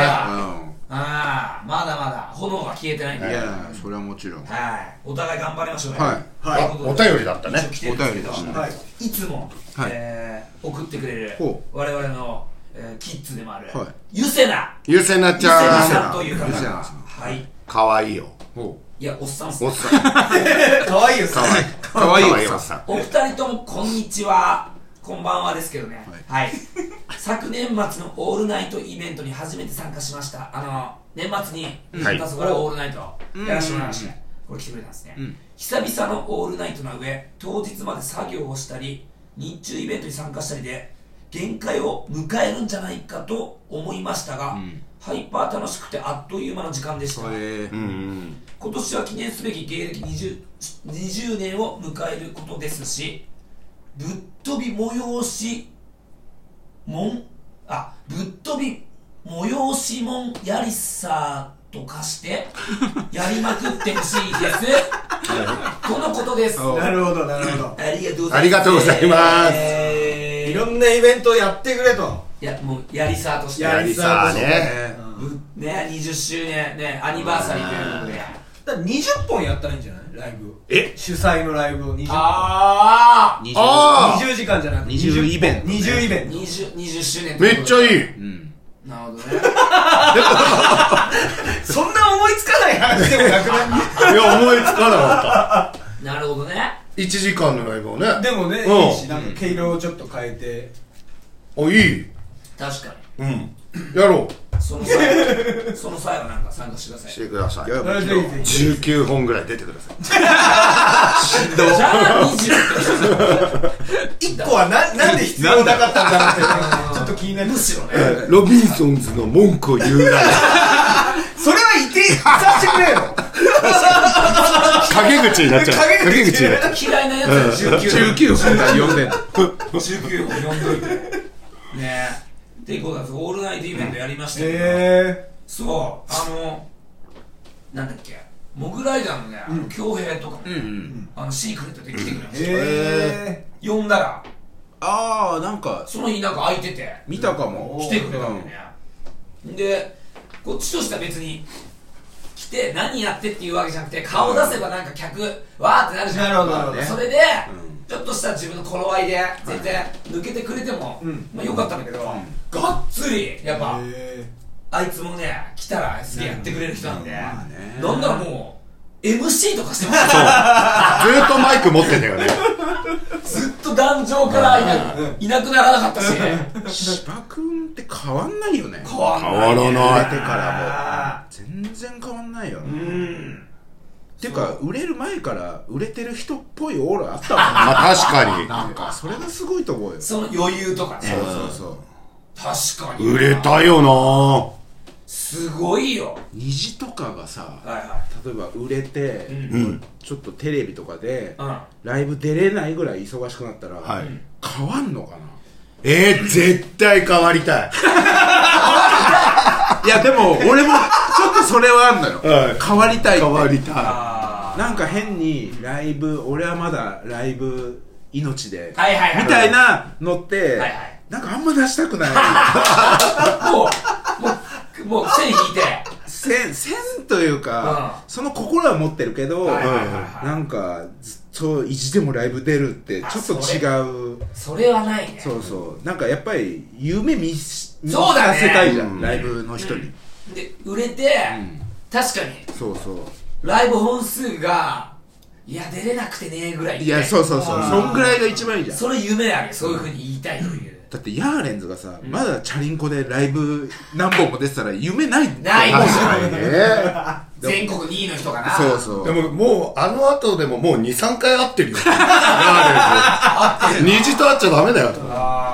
まだまだ炎が消えてないんで。 いやそれはもちろん。 お互い頑張りましょうね。 お便りだったね。 お便りだした。 いつも送ってくれる我々のキッズでもあるゆせなちゃんという方がかわいいよ。 いやおっさんっす。 おっさんかわいいよ。 かわいいおっさん。 お二人ともこんにちはこんばんはですけどね。はい昨年末のオールナイトイベントに初めて参加しました。年末に黄昏オールナイトやらせてもらいまして、これ来てくれたんですね。久々のオールナイトな上、当日まで作業をしたり日中イベントに参加したりで限界を迎えるんじゃないかと思いましたが、ハイパー楽しくてあっという間の時間でした。今年は記念すべき芸歴 20年を迎えることですし、ぶっ飛び催しもんやりさと化してやりまくってほしいですとのことです。 なるほどなるほど。 ありがとうございます。 いろんなイベントをやってくれと。 いやもうやりさとしてやりさね 20周年ねアニバーサリーということでだから20本やったらいいんじゃないライブ。主催のライブを20本。20時間じゃなくて 20イベント。 20イベント。 20周年。 めっちゃいい。 なるほどね。 そんな思いつかない話でもなくない？ いや思いつかなかった。 なるほどね。 1時間のライブをね。 でもね、いいし、なんか毛色をちょっと変えて。 あ、いい。 確かに。うん。やろう。 その際はなんか参加してください。 してください。19本ぐらい出てください。しんどい。じゃあ 1個はなんで必要なかったんだってちょっと気になりますよね。 ロビンソンズの文句を言うならそれは言させてくれよ。 陰口になっちゃう。 陰口になっちゃう。嫌いなやつは 19本読んでんの。 19本読んどいてねえっていうことなんです。オールナイトイベントやりましたけど、そうなんだっけ、モグライダーのね恭平とかもシークレットで来てくれました。呼んだらなんかその日なんか空いてて見たかも。 来てくれたんだよね。でこっちとしては別に来て何やってっていうわけじゃなくて、顔出せばなんか客わーってなるじゃん。 なるほど。 それでちょっとした自分の頃合いで全然抜けてくれてもまあよかったんだけど、がっつりやっぱあいつもね来たらすげえやってくれる人なんで、なんならもう MC とかしてました。 ずっとマイク持ってたよね。 ずっと壇上からいなくならなかったし。 芝君って変わんないよね。 変わらない。 売れてからも全然変わんないよね。っていうか売れる前から売れてる人っぽいオーラあったもんね。 まあ確かに。 なんかそれがすごいと思うよ。 その余裕とかね。 そう確かに売れたよな。 すごいよ。 虹とかがさ、例えば売れてちょっとテレビとかでライブ出れないぐらい忙しくなったら変わんのかな。 絶対変わりたい。 いやでも俺もちょっとそれはあんのよ。変わりたいって。 変わりたい。 なんか変にライブ、俺はまだライブ命でみたいなのってなんかあんま出したくない。 もう線引いて線というかその心は持ってるけど、なんかずっと意地でもライブ出るってちょっと違う。 それはないね。 そうなんかやっぱり夢見させそうだねたいじゃん、ライブの人に。 で売れて確かにそうライブ本数がいや出れなくてねぐらい。 いやそうそんぐらいが一番いいじゃん。 それ夢ある。そういう風に言いたいという。 だってヤーレンズがさまだチャリンコでライブ何本も出てたら夢ないもんないもん全国2位の人かな。 そうでももうあの後でももう 2,3 回会ってるよ。虹と会っちゃダメだよ。 好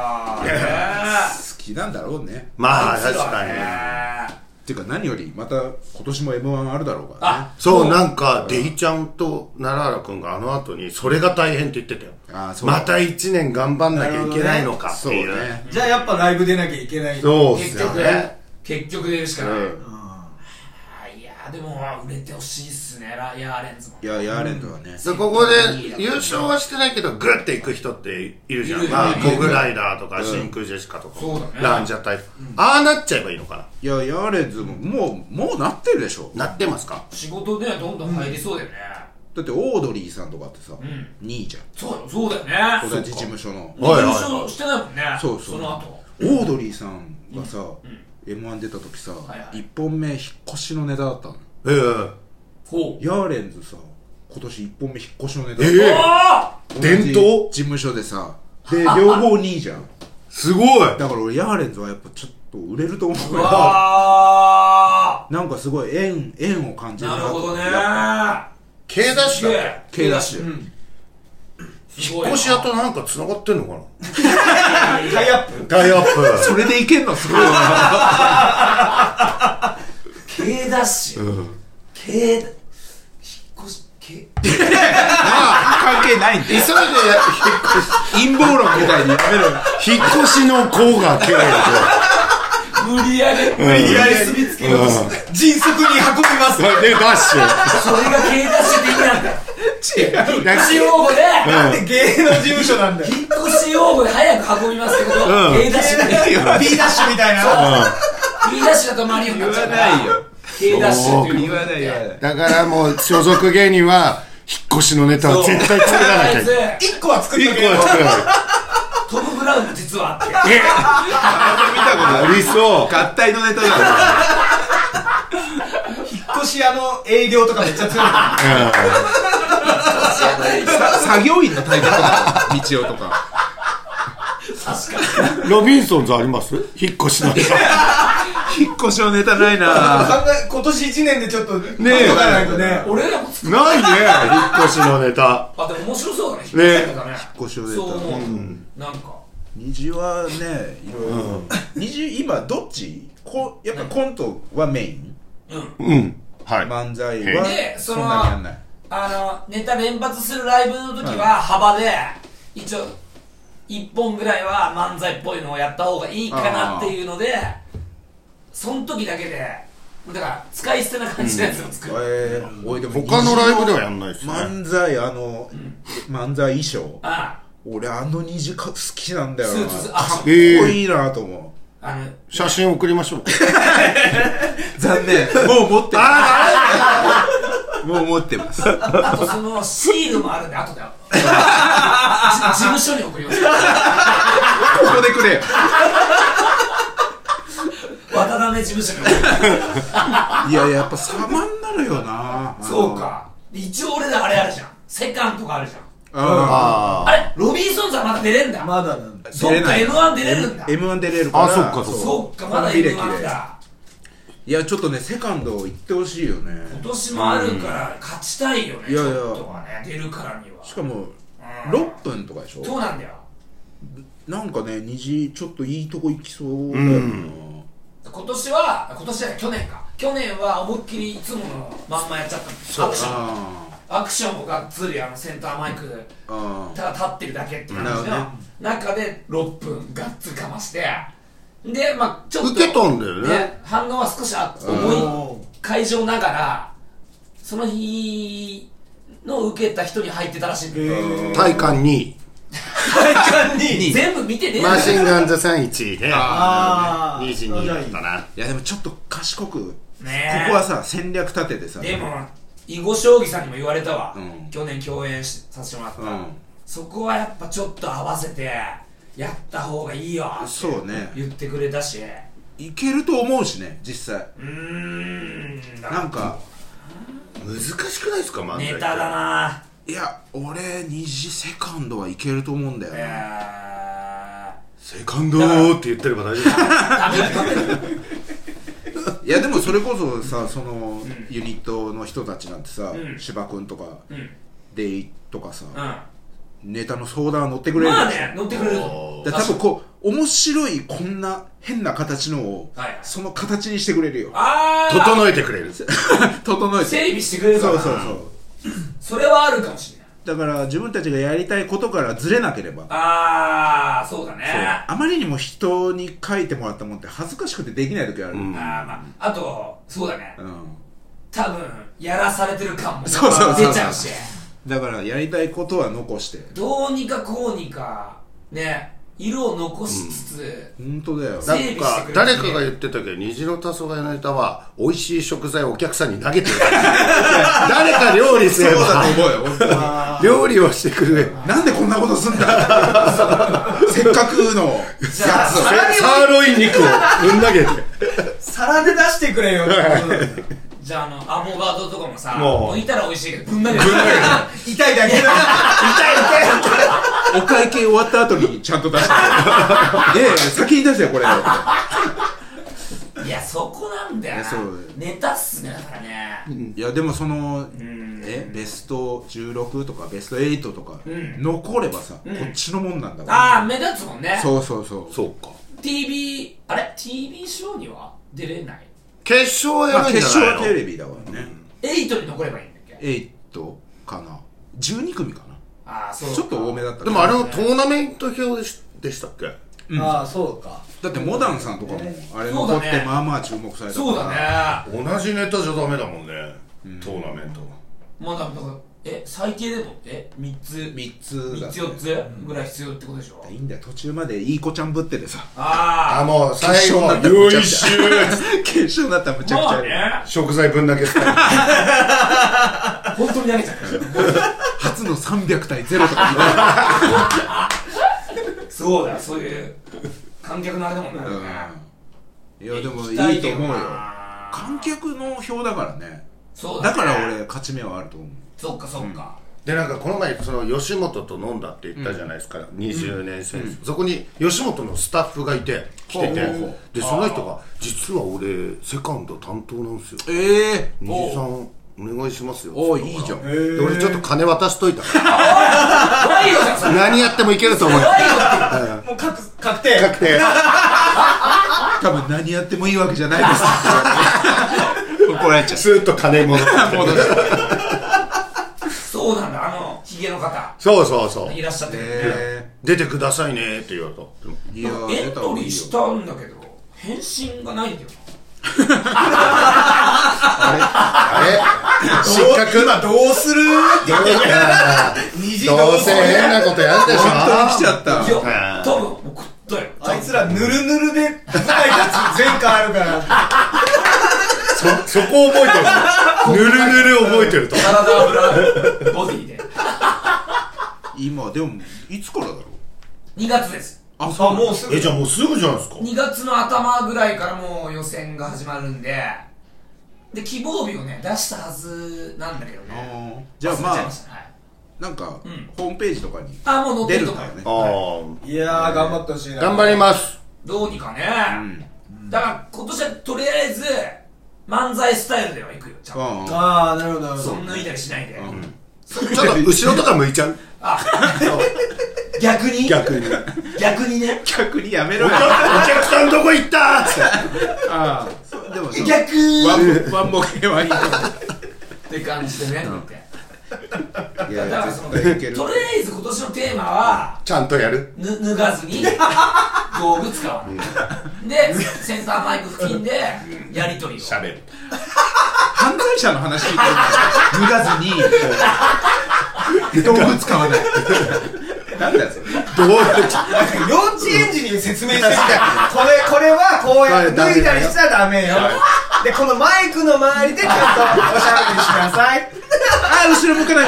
きなんだろうね。 まあ確かに。 っていうか何よりまた今年も M1 あるだろうからね。 そうなんかデイちゃんと奈良原くんがあの後にそれが大変って言ってたよ。また1年頑張んなきゃいけないのかっていう。 じゃあやっぱライブ出なきゃいけない。 そうっすよね。 結局出るしかない。いやでも売れてほしいっすね。ヤーレンズも。 いやヤーレンズはね。 ここで優勝はしてないけどグッていく人っているじゃん。モグライダーとか真空ジェシカとかランジャタイプ。ああなっちゃえばいいのかな。 いやヤーレンズももうなってるでしょ。 なってますか。 仕事ではどんどん入りそうだよね。 だってオードリーさんとかってさ2位じゃん。 そうだよね。 同じ事務所の優勝してないもんね。 そうその後オードリーさんがさ M1 出た時さ1本目引っ越しのネタだったの。ヤーレンズさ今年1本目引っ越しのネタだった。 伝統事務所でさで両方2位じゃん。 すごい。 だから俺ヤーレンズはやっぱちょっと売れると思う。なんかすごい縁を感じる。 なるほどね。 K ダッシュだっけ。 K ダッシュ引っ越し屋となんか繋がってんのかな。 タイアップそれでいけんのすごいな。 K ダッシュ K 引っ越し K 関係ないんで。急いで陰謀論みたいにやめろ。 引っ越しの子が K 無理やりすりつけようとして迅速に運びます。 でダッシュ。 それが K ダッシュって意味なんだよ。引っ越し用語でなんで芸能事務所なんだよ。 引っ越し用語で早く運びますけど K ダッシュ B ダッシュみたいな。 B ダッシュだとマリオになっちゃう。 言わないよ。 K ダッシュって言わないだからもう所属芸人は引っ越しのネタを絶対作らなきゃいけない。 1個は作ってくれよ。 トム・ブラウンも実はあって。 見たことありそう。 合体のネタだ。 引っ越し屋の営業とかめっちゃ強い。 引っ越し屋の作業員の体格だ道夫とか。 確かにロビンソンズあります？引っ越しのネタ。 引っ越しのネタないな。 今年1年でちょっと考えないとね。 俺らも作るないね、引っ越しのネタ。 あ、でも面白そうだね、引っ越しのネタね。 引っ越しのネタ。 そう思う。なんか虹はね、いろいろ。虹、今どっち？やっぱコントはメイン？ うん。はい。 漫才はで、 そんなにやんない。 ネタ連発するライブの時は幅で、一応、1本ぐらいは漫才っぽいのをやった方がいいかなっていうので、その時だけで、だから使い捨てな感じのやつを作る。 でも他のライブではやんないですね。 漫才、漫才衣装。俺虹好きなんだよな。かっこいいなと思う。 写真送りましょう。 残念。もう持ってます。もう持ってます。 あとそのシールもあるんで、あとで事務所に送ります。ここでくれよ。 渡辺事務所に送ります。 いや、やっぱ様になるよな。 そうか。一応俺らあれあるじゃん。セカンドがあるじゃん。 あれロビンソンズはまだ出れんだ。 まだなんだ。 そっか M1 出れるんだ。 M1 出れるから。 あ、そっかそっか、まだ M1 だ。 いや、ちょっセカンド行ってほしいよね。 今年もあるから勝ちたいよね。 いやいや、 ちょっとはね、出るからには。 しかも6分とかでしょ。 そうなんだよ。 なんかね、虹ちょっといいとこ行きそうだよな。 今年じゃない、去年か。去年は思いっきりいつものまんまやっちゃったんです。アクションもがっつりセンターマイクでただ立ってるだけって感じの中で6分がっつりかまして、でまあちょっと受けたんだよね。 反応は少し重い会場ながら、その日の受けた人に入ってたらしいんだよ。 体感2位。 全部見てね。 マシンガンズさん1位で22位だったな。 いやでもちょっと賢く、ここはさ戦略立ててさ。 でも囲碁将棋さんにも言われたわ、去年共演させてもらった、そこはやっぱちょっと合わせてやった方がいいよって言ってくれたし、 いけると思うしね、実際。なんか難しくないですか、漫才ネタだな。 いや、俺虹セカンドはいけると思うんだよね。 セカンドーって言ってれば大丈夫いやでもそれこそさ、そのユニットの人たちなんてさ、芝君とかデイとかさ、ネタの相談乗ってくれる。 まあね、乗ってくれると。 多分こう面白いこんな変な形のをその形にしてくれるよ。 整えてくれる。 整えて整備してくれるから。そうそれはあるかもしれない。 だから自分たちがやりたいことからずれなければ。 そうだね。 あまりにも人に書いてもらったもんって恥ずかしくてできない時ある。 あとそうだね、多分やらされてる感も出ちゃうし、 だからやりたいことは残して、 どうにかこうにかね、色を残しつつ、 本当だよ。 なんか誰かが言ってたけど、虹の黄昏のネタは美味しい食材をお客さんに投げてる。誰か料理すれば。 そうだと思うよ、本当に。 料理をしてくれ。 なんでこんなことすんだ。せっかくのやつをサーロイン肉をぶん投げて皿で出してくれよ。 じゃあアボカドとかもさ、剥いたら美味しいけどぶん投げて痛いだけ。痛いお会計終わった後にちゃんと出して先に出せよこれ。 いやそこなんだよな、ネタっすね。だからね、 いやでもそのベスト16とかベスト8とか残ればさ、こっちのもんなんだから。目立つもんね。 そうか。 TV ショーには出れない。 決勝はやるんじゃないの。 決勝はテレビだからね。 8に残ればいいんだっけ。 8かな、12組かな。 そうちょっと多めだった。 でもあれのトーナメント表でしたっけ。 そうか。 だってモダンさんとかもあれ残ってまあまあ注目されたから。 そうだね。同じネタじゃダメだもんね、トーナメント。 まだ最低でも3つ4つぐらい必要ってことでしょ。 いいんだよ、途中までいい子ちゃんぶっててさ。 もう最後よいしゅ決勝になったらむちゃくちゃね。 食材ぶん投げてた。 本当に投げちゃった初の300対0とかそうだ、そういう観客のあれだもんね。 いやでもいいと思うよ。観客の票だからね。だから俺勝ち目はあると思う。 そっか。 でなんかこの前その吉本と飲んだって言ったじゃないですか、20年先生、そこに吉本のスタッフがいて来てて、でその人が実は俺セカンド担当なんですよ。虹さんお願いしますよ。 いいじゃん。 で俺ちょっと金渡しといたから何やってもいけると思うよ。 もう確定多分何やってもいいわけじゃないです怒られちゃう。 スーッと金戻ってそうなんだ、ヒゲの方そういらっしゃってる、 出てくださいねって言われた。 エントリーしたんだけど返信がないんだよ。 あれ失格。 今どうするって言ってどうせ変なことやるでしょ。 本当に来ちゃった。 いや多分送ったよ。 あいつらヌルヌルで舞台立つ前科あるからそこ覚えてる。ぬるぬる覚えてると。 体油ボディで今でもいつからだろう。 2月です。 もうすぐ。じゃあもうすぐじゃないですか。 2月の頭ぐらいからもう予選が始まるんで、希望日をね出したはずなんだけどね。 じゃあまあなんかホームページとかにもう載ってるとかね。 いやー頑張ってほしいな。 頑張ります。 どうにかね。だから今年はとりあえず漫才スタイルではいくよ、ちゃんと。 なるほど。 そんな脱いだりしないで。 ちょっと後ろとか向いちゃう。 逆にね。 逆にやめろよ。 お客さんどこ行ったって。 でも逆ワンボケはいいって感じでね。だからとりあえず今年のテーマはちゃんとやる。 脱がずに道具使わない。でセンターマイク付近でやり取りを喋る。 犯罪者の話聞いてる。脱がずに道具使わない。なんだよそれ。 幼稚園児に説明してみたい。これはこうやって脱いだりしたらダメよ。でこのマイクの周りでちゃんとおしゃべりしなさい。 後ろ向かない。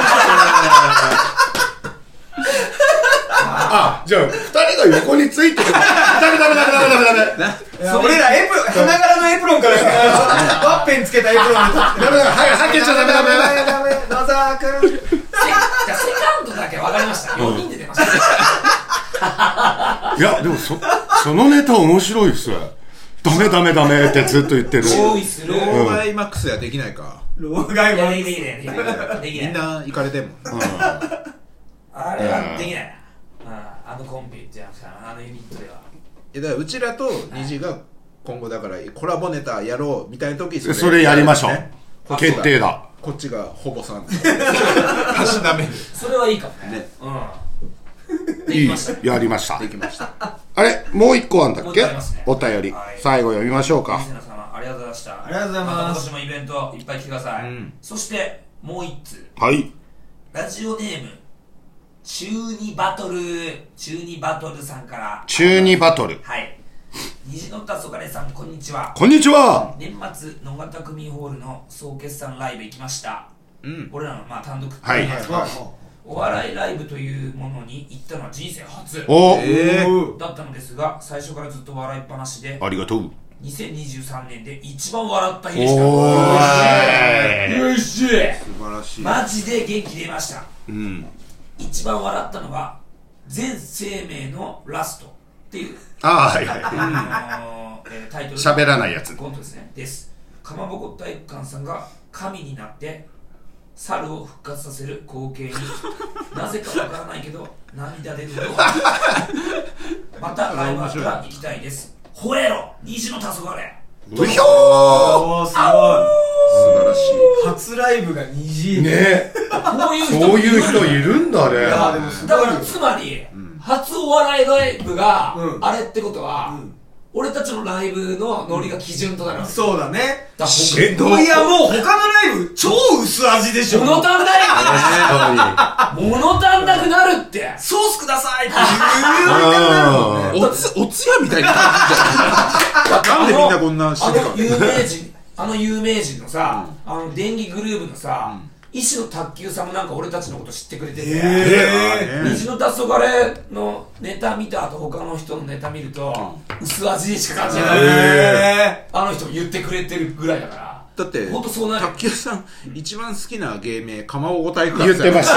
じゃあ2人が横についてる。ダメ。 俺ら花柄のエプロンからワッペンつけたエプロンで撮ってる。 はけちゃダメ。 野沢君。 セカンドだけ分かりました。4人で出ました。 いやでもそのネタ面白いっす。ダメってずっと言ってる。 ローガイマックスはできないか。 ローガイマックスできない。 みんな行かれてんもん。 あれはできないな。コンビじゃなくてユニットでは。 だからうちらと虹が今後だからコラボネタやろうみたいな時それやりましょう。決定だ。 こっちがほぼさん。たしなめる。 それはいいかもね。できました。 やりました。 できました。 あれもう一個あんだっけ？お便り。最後読みましょうか。 皆様ありがとうございました。 ありがとうございます。 今年もイベントいっぱい来てください。そしてもう一通。 はい。 ラジオネーム中二バトルさんから。 中二バトル。 はい。虹のたそがれさん、こんにちは。 こんにちは。 年末野方組ホールの総決算ライブ行きました。俺らの単独はい。 お笑いライブというものに行ったのは人生初だったのですが、最初からずっと笑いっぱなしで、 ありがとう。 2023年で一番笑った日でした。よし、素晴らしい。 マジで元気出ました。一番笑ったのが全生命のラストっていうタイトル。 喋らないやつ。 コントですね。かまぼこ体育館さんが神になって猿を復活させる光景になぜかわからないけど涙出るのまたライブから行きたいです。吠えろ虹の黄昏。 うひょー。 すごい。素晴らしい。初ライブが虹ね。そういう人いるんだね。 だからつまり初お笑いライブがあれってことは、俺たちのライブのノリが基準となる。 そうだね。 いやもう他のライブ超薄味でしょ。 物足んないよ。物足んなくなるって。 ソースくださいって言う。おつやみたいな感じじゃん。なんでみんなこんなしてるか。 有名人のさ、電気グルーヴのさ、石野卓球さんもなんか俺たちのこと知ってくれてて、虹の黄昏のネタ見た後他の人のネタ見ると薄味しか感じない。あの人も言ってくれてるぐらいだから、 だって本当そうなる。 卓球さん一番好きな芸名かまぼこ体育館言ってました。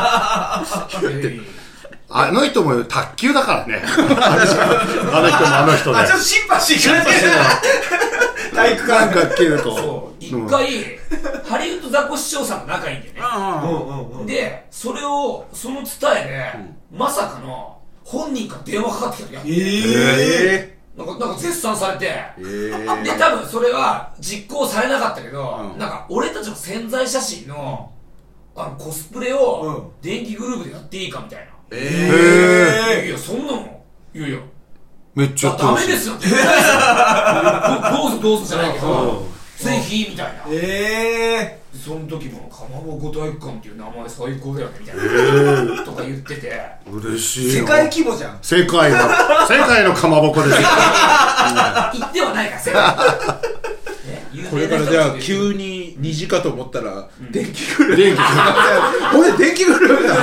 あの人も卓球だからね。あの人ね。 ちょっとシンパシー感じる。体育館が聞けると。 そう。一回、ハリウッドザコシショウさんと仲いいんでね。で、その伝えで、まさかの本人から電話かかってきた時なんか絶賛されて、で、多分それは実行されなかったけど、なんか俺たちの潜在写真の、コスプレを電気グループでやっていいかみたいな。いや、そんなの、いやめっちゃダメですよって言ってないですよ。どうぞじゃないけど、ぜひみたいな。その時もかまぼこ体育館っていう名前最高だよねみたいなとか言ってて、 嬉しい。 世界規模じゃん。 世界のかまぼこですよ。 言ってはないから世界。 これからじゃあ急に虹かと思ったら電気グループ。俺電気グループだ。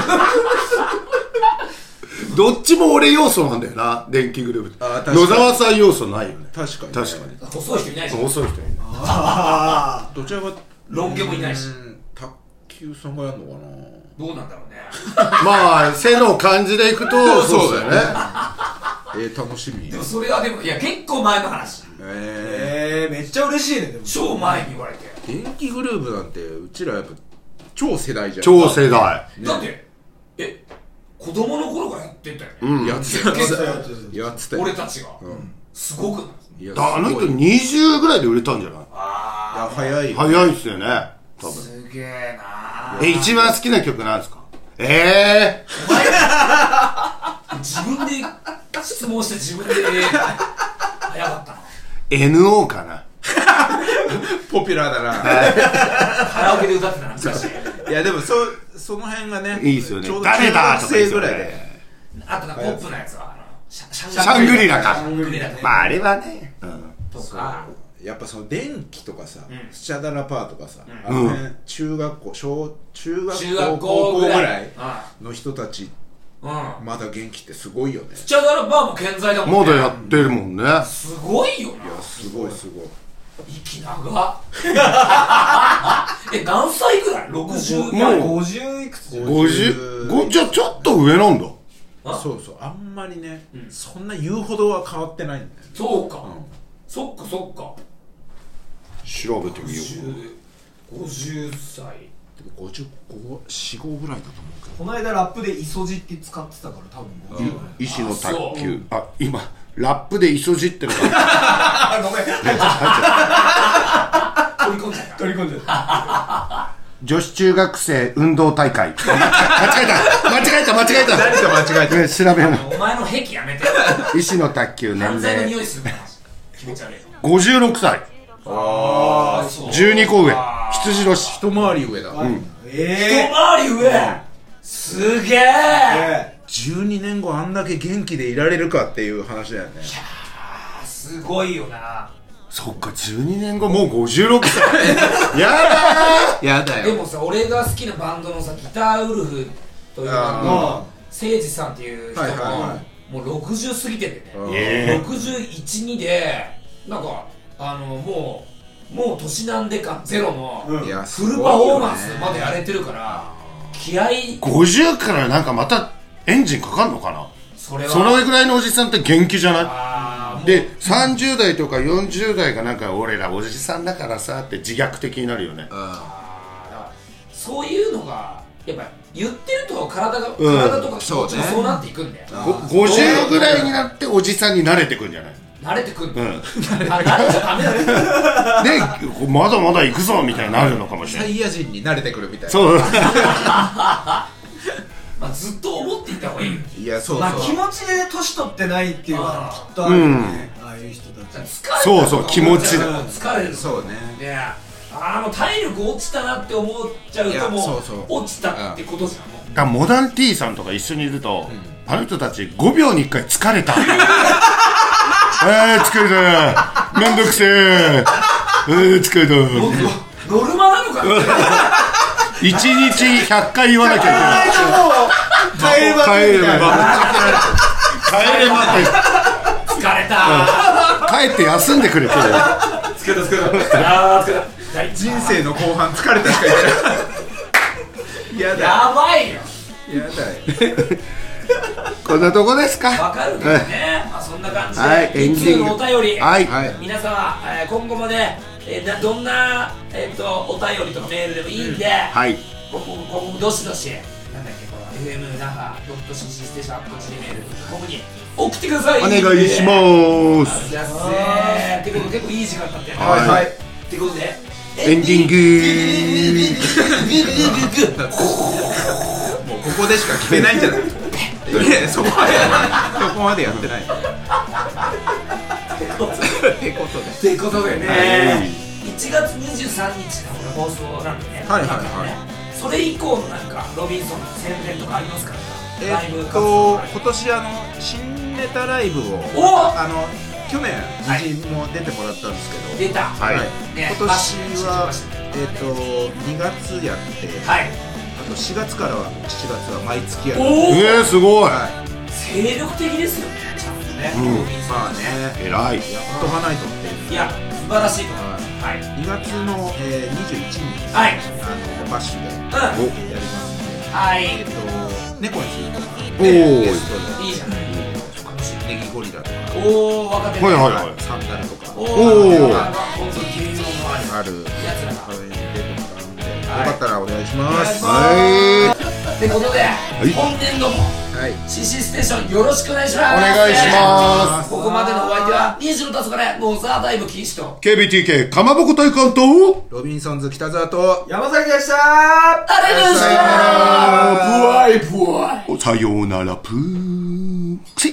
どっちも俺要素なんだよな、電気グループ。野沢さん要素ないよね。 確かに。 細い人いないし。 細い人いない。 どちらかロン毛もいないし。 卓球さんがやるのかな。 どうなんだろうね。 まあ背の感じでいくとそうだよね。 楽しみ。 でもそれはでもいや結構前の話。 めっちゃ嬉しいね。でも超前に言われて。 電気グループなんてうちらやっぱ超世代じゃん。 超世代。 だって子供の頃からやってたよね。 やってた。 俺たちがすごくない。 あの人20ぐらいで売れたんじゃない？ 早いっすよね。多分。 すげえな。 一番好きな曲なんですか？お前自分で質問して自分で早かったな。 NO かな。 ポピュラーだな。 カラオケで歌ってたな昔。 いやでもその辺がねいいっすよね。 ちょうど誰だとかぐらいで。 あとなんかポップなやつはシャングリラか。まああれはね。 とか。 やっぱその電気とかさ、スチャダラパーとかさ、中学校高校ぐらいの人たちまだ元気ってすごいよね。 スチャダラパーも健在だもんね。 まだやってるもんね。 すごいよな。 いやすごい息長っ。何歳ぐらい？60？ もう 50いくつ ？50？じゃあちょっと上なんだ。 そうあんまりねそんな言うほどは変わってないんだよね。 そうかそっか調べてみよう。50歳でも55、5ぐらいだと思うけど。 この間ラップでイソジって使ってたから多分50。 医師の卓球。今ラップでイソジってるから。 ごめん。取り込んじゃった。 女子中学生運動大会。間違えた。 何か間違えた。 調べよう。 お前の癖やめて。 医師の卓球年犯罪の齢。 匂いするから気持ち悪い。 56歳。12個上。羊年。 一回り上だ。 一回り上。すげえ。 12年後あんだけ元気でいられるかっていう話だよね。いやーすごいよな。 そっか12年後もう56歳。やだよ。 でもさ俺が好きなバンドのさギターウルフというバンドのせいじさんっていう人ももう60過ぎてるよね。61、2でなんかもう年なんでかゼロのフルパフォーマンスまでやれてるから気合い。 50からなんかまたエンジンかかんのかな。それぐらいのおじさんって元気じゃない？で30代とか40代がなんか俺らおじさんだからさって自虐的になるよね。 そういうのがやっぱ言ってると体とか気持ちもそうなっていくんだよ。 50ぐらいになっておじさんに慣れてくんじゃない？慣れてくんの？慣れちゃダメだね。でまだまだ行くぞみたいになるのかもしれない。 サイヤ人に慣れてくるみたいな。 そう。 まあずっと思っていた方がいい。 いやそう。 まあ気持ちで年取ってないっていうのはきっとあるよね。ああいう人たち。 そう気持ちだ。 疲れる。そうね。でもう体力落ちたなって思っちゃうともう落ちたってことじゃん。 だからモダン T さんとか一緒にいるとあの人たち5秒に1回疲れた。疲れた。めんどくせえ。疲れた。 ノルマなのかよ。 1日100回言わなきゃいけない。帰れ疲れた。 帰って休んでくれてる。 疲れた。 人生の後半疲れたしか言ってないやだ、 やばいよ、 やだよこんなとこですか。 わかるけどね、まあそんな感じで一通のお便り、皆様今後もねどんなお便りとかメールでもいいんで、ここどしどしなんだっけ、この FM 那覇.ccstation.gmail.com に送ってください。 お願いします。 じゃあ結構いい時間経ってる。 はい。 ってことでエンディングもうここでしか聞けないんじゃないいや、そこまでやってないってことでね、1月23日の放送なんでね、それ以降のなんかロビンソンの宣伝とかありますか？ 今年新ネタライブを去年虹も出てもらったんですけど、 出た、 今年は2月やって、あと4月からは7月は毎月やる。 すごい、 精力的ですよね、ちゃんとね。 まあね、 偉い、 やっとかないとっていう。 いや、素晴らしいと思います。 2月の21日バッシュでやりますので、猫についてゲストでいいじゃない、ネギゴリラとか、 若手サンダルとか、 本当に芸能のあるやつらが出てもらうんで、よかったらお願いします。 ってことで、本年度もCC ステーションよろしくお願いします。 お願いします。 ここまでのお相手は西野達子ね、モーザーダイブ禁止と KBTK かまぼこ体感とロビンソンズ北沢と山崎でした。 ありがとうございました。 さようならぷー。